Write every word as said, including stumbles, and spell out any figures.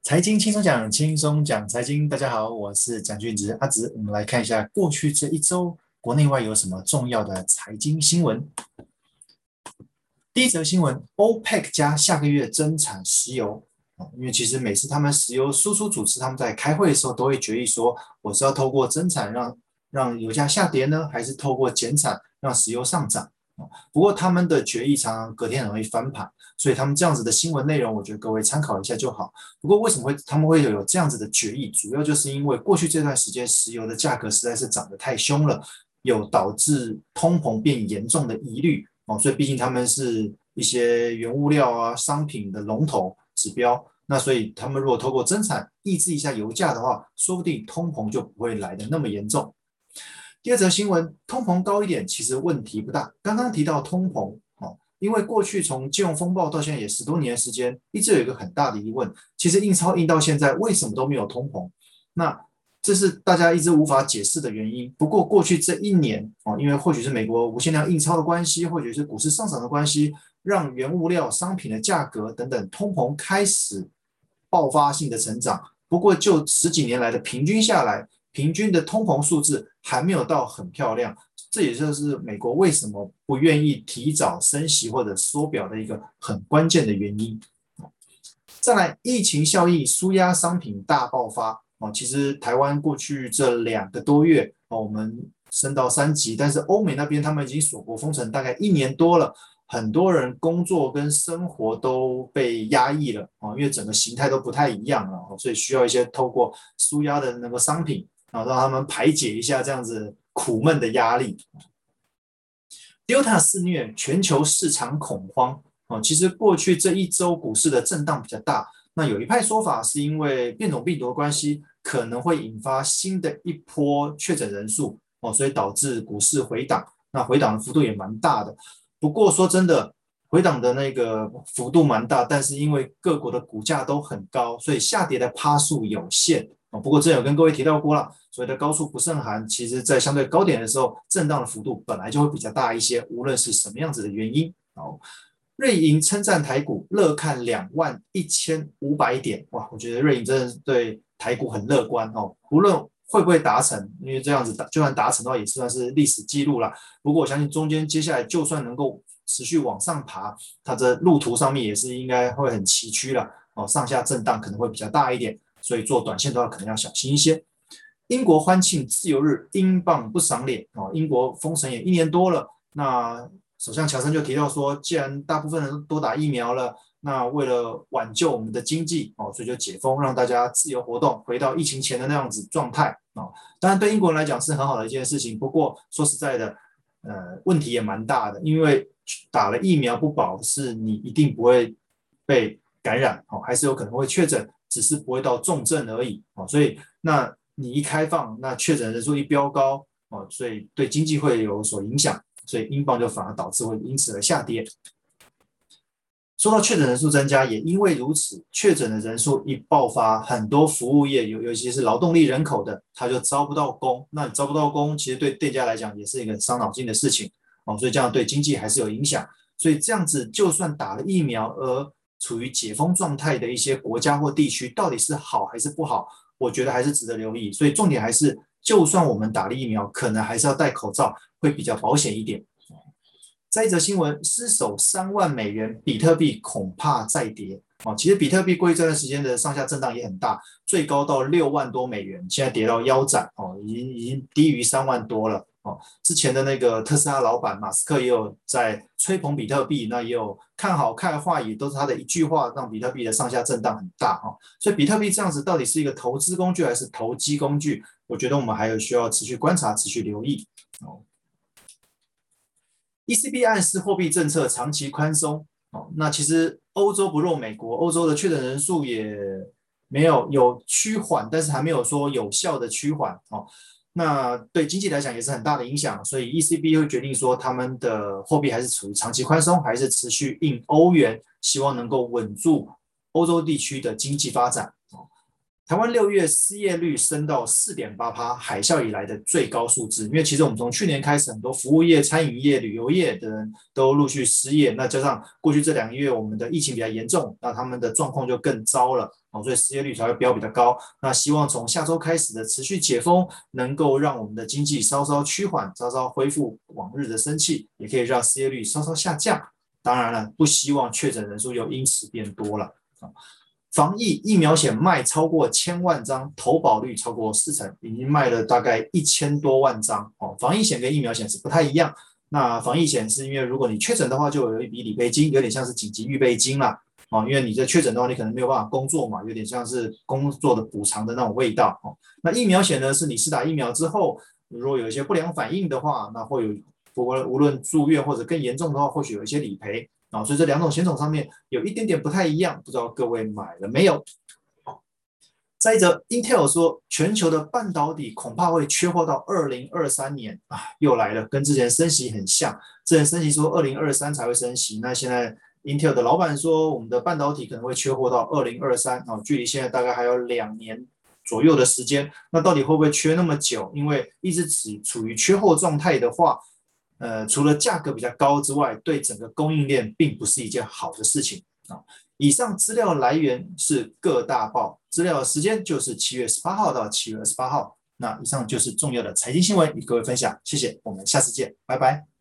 财经轻松讲，轻松讲财经。大家好，我是蒋俊植阿植。我们来看一下过去这一周国内外有什么重要的财经新闻。第一则新闻，OPEC 加下个月增产石油。因为其实每次他们石油输出主持他们在开会的时候都会决议说，我是要透过增产让让油价下跌呢，还是透过减产让石油上涨？不过他们的决议常常隔天很容易翻盘，所以他们这样子的新闻内容，我觉得各位参考一下就好。不过为什么会他们会有这样子的决议？主要就是因为过去这段时间石油的价格实在是涨得太凶了，有导致通膨变严重的疑虑哦。所以毕竟他们是一些原物料啊、商品的龙头指标，那所以他们如果透过增产抑制一下油价的话，说不定通膨就不会来得那么严重。第二则新闻，通膨高一点其实问题不大。刚刚提到通膨，哦，因为过去从金融风暴到现在也十多年的时间，一直有一个很大的疑问，其实印钞印到现在为什么都没有通膨？那这是大家一直无法解释的原因。不过过去这一年，哦，因为或许是美国无限量印钞的关系，或许是股市上涨的关系，让原物料、商品的价格等等通膨开始爆发性的成长。不过就十几年来的平均下来，平均的通膨数字还没有到很漂亮，这也就是美国为什么不愿意提早升息或者缩表的一个很关键的原因。再来，疫情效益舒压商品大爆发哦。其实台湾过去这两个多月哦，我们升到三级，但是欧美那边他们已经锁国封城大概一年多了，很多人工作跟生活都被压抑了哦，因为整个形态都不太一样了，所以需要一些透过舒压的那个商品。啊，让他们排解一下这样子苦闷的压力。Delta 肆虐，全球市场恐慌。哦，其实过去这一周股市的震荡比较大。那有一派说法是因为变种病毒的关系，可能会引发新的一波确诊人数，哦，所以导致股市回档。那回档的幅度也蛮大的。不过说真的，回档的那个幅度蛮大，但是因为各国的股价都很高，所以下跌的趴数有限。不过，之前有跟各位提到过了，所谓的高处不胜寒，其实在相对高点的时候，震荡的幅度本来就会比较大一些，无论是什么样子的原因。好，瑞银称赞台股，乐看两万一千五百点。哇，我觉得瑞银真的是对台股很乐观哦。无论会不会达成，因为这样子就算达成的话，也算是历史记录了。不过我相信中间接下来就算能够持续往上爬，它的路途上面也是应该会很崎岖了哦，上下震荡可能会比较大一点。所以做短线的话，可能要小心一些。英国欢庆自由日，英镑不赏脸哦。英国封城也一年多了，那首相乔森就提到说，既然大部分人都打疫苗了，那为了挽救我们的经济哦，所以就解封，让大家自由活动，回到疫情前的那样子状态哦。当然，对英国人来讲是很好的一件事情。不过说实在的，呃，问题也蛮大的，因为打了疫苗不保是你一定不会被感染哦，还是有可能会确诊。只是不会到重症而已哦，所以那你一开放，那确诊人数一飙高哦，所以对经济会有所影响，所以英镑就反而导致会因此而下跌。说到确诊人数增加，也因为如此，确诊的人数一爆发，很多服务业尤尤其是劳动力人口的，他就招不到工。那你招不到工，其实对店家来讲也是一个伤脑筋的事情哦，所以这样对经济还是有影响。所以这样子，就算打了疫苗而处于解封状态的一些国家或地区，到底是好还是不好？我觉得还是值得留意。所以重点还是，就算我们打了疫苗，可能还是要戴口罩，会比较保险一点。再一则新闻，失守三万美元，比特币恐怕再跌。哦，其实比特币过去这段时间的上下震荡也很大，最高到六万多美元，现在跌到腰斩，哦，已经已经低于三万多了。哦，之前的那个特斯拉老板马斯克也有在吹捧比特币，那也有看好看坏，也都是他的一句话，让比特币的上下震荡很大哈、哦。所以比特币这样子到底是一个投资工具还是投机工具？我觉得我们还有需要持续观察、持续留意。哦 E C B 暗示货币政策长期宽松。哦，那其实欧洲不弱美国，欧洲的确诊人数也没有有趋缓，但是还没有说有效的趋缓。哦，那对经济来讲也是很大的影响，所以 E C B 会决定说他们的货币还是处于长期宽松，还是持续印欧元，希望能够稳住欧洲地区的经济发展。 台湾六月失业率升到 百分之四点八， 海啸以来的最高数字。因为其实我们从去年开始，很多服务业、餐饮业、旅游业的人都陆续失业，那加上过去这两个月我们的疫情比较严重，那他们的状况就更糟了，所以失业率才会飙比较高。那希望从下周开始的持续解封，能够让我们的经济稍稍趋缓，稍稍恢复往日的生气，也可以让失业率稍稍下降。当然了，不希望确诊人数又因此变多了。防疫疫苗险卖超过千万张，投保率超过四成，已经卖了大概一千多万张。哦，防疫险跟疫苗险是不太一样。那防疫险是因为如果你确诊的话，就有一笔理赔金，有点像是紧急预备金啦。哦，因为你在确诊的话，你可能没有办法工作嘛，有点像是工作的补偿的那种味道。哦，那疫苗险呢，是你施打疫苗之后，如果有一些不良反应的话，那会有无论住院或者更严重的话，或许有一些理赔。哦，所以这两种险种上面有一点点不太一样，不知道各位买了没有？再一则 ，Intel 说全球的半导体恐怕会缺货到二零二三年啊，又来了，跟之前升息很像。之前升息说二零二三才会升息，那现在 Intel 的老板说我们的半导体可能会缺货到二零二三啊，距离现在大概还有两年左右的时间。那到底会不会缺那么久？因为一直处于缺货状态的话，呃，除了价格比较高之外，对整个供应链并不是一件好的事情啊。以上资料来源是各大报，资料的时间就是七月十八号到七月二十八号。那以上就是重要的财经新闻与各位分享，谢谢，我们下次见，拜拜。